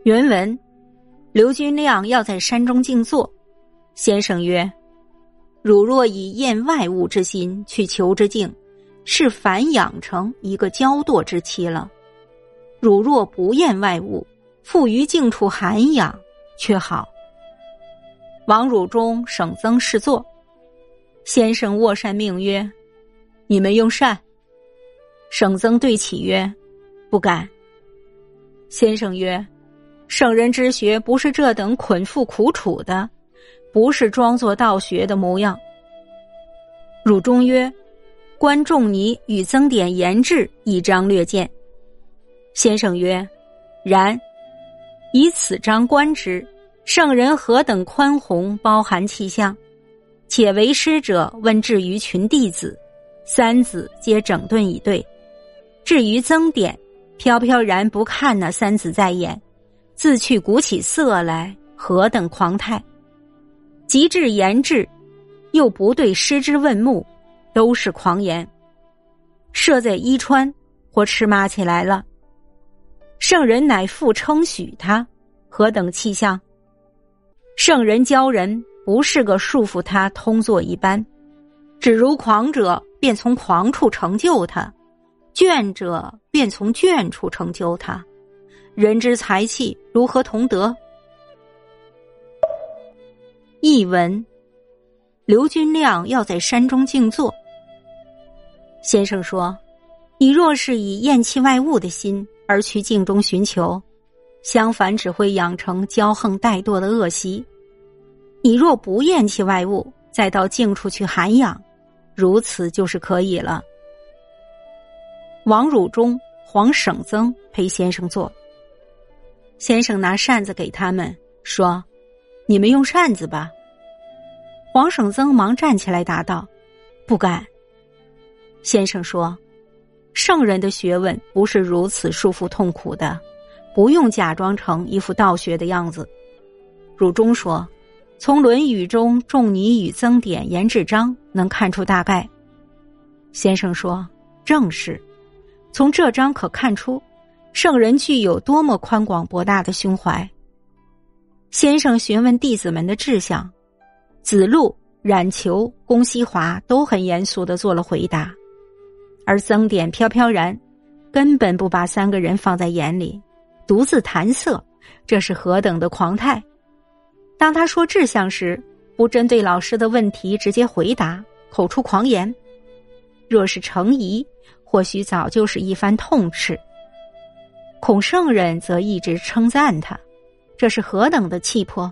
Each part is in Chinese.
原文：刘君亮要在山中静坐。先生曰：汝若以厌外物之心去求之境，是反养成一个骄惰之期了。汝若不厌外物，复于静处涵养，却好。王汝中、省曾侍坐。先生握扇命曰：你们用膳。省曾对起曰：不敢。先生曰：圣人之学不是这等捆缚苦楚的，不是装作道学的模样。汝中曰：观仲尼与曾点言志一章略见。先生曰：然。以此章观之，圣人何等宽宏，包含气象。且为师者问至于群弟子，三子皆整顿以对。至于曾点，飘飘然不看那三子在眼，自去鼓起色来，何等狂态。及至言志，又不对师之问目，都是狂言。设在伊川，或吃骂起来了。圣人乃复称许他，何等气象。圣人教人不是个束缚他通作一般，只如狂者便从狂处成就他，倦者便从倦处成就他。人之才气如何同得？译文：刘君亮要在山中静坐。先生说，你若是以厌弃外物的心而去静中寻求，相反只会养成骄横怠惰的恶习。你若不厌弃外物，再到静处去涵养，如此就是可以了。王汝中、黄省曾陪先生坐。先生拿扇子给他们，说：你们用扇子吧。黄省曾忙站起来答道：不敢。先生说：圣人的学问不是如此束缚痛苦的，不用假装成一副道学的样子。汝中说：从《论语》中仲尼与曾点言志章能看出大概。先生说：正是。从这章可看出圣人具有多么宽广博大的胸怀。先生询问弟子们的志向，子路、冉求、公西华都很严肃地做了回答，而曾点飘飘然，根本不把三个人放在眼里，独自谈色，这是何等的狂态。当他说志向时，不针对老师的问题直接回答，口出狂言。若是程颐，或许早就是一番痛斥。孔圣人则一直称赞他，这是何等的气魄。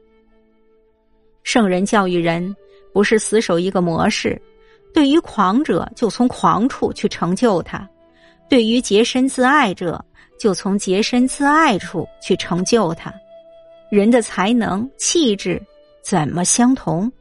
圣人教育人，不是死守一个模式，对于狂者就从狂处去成就他，对于洁身自爱者就从洁身自爱处去成就他。人的才能、气质怎么相同？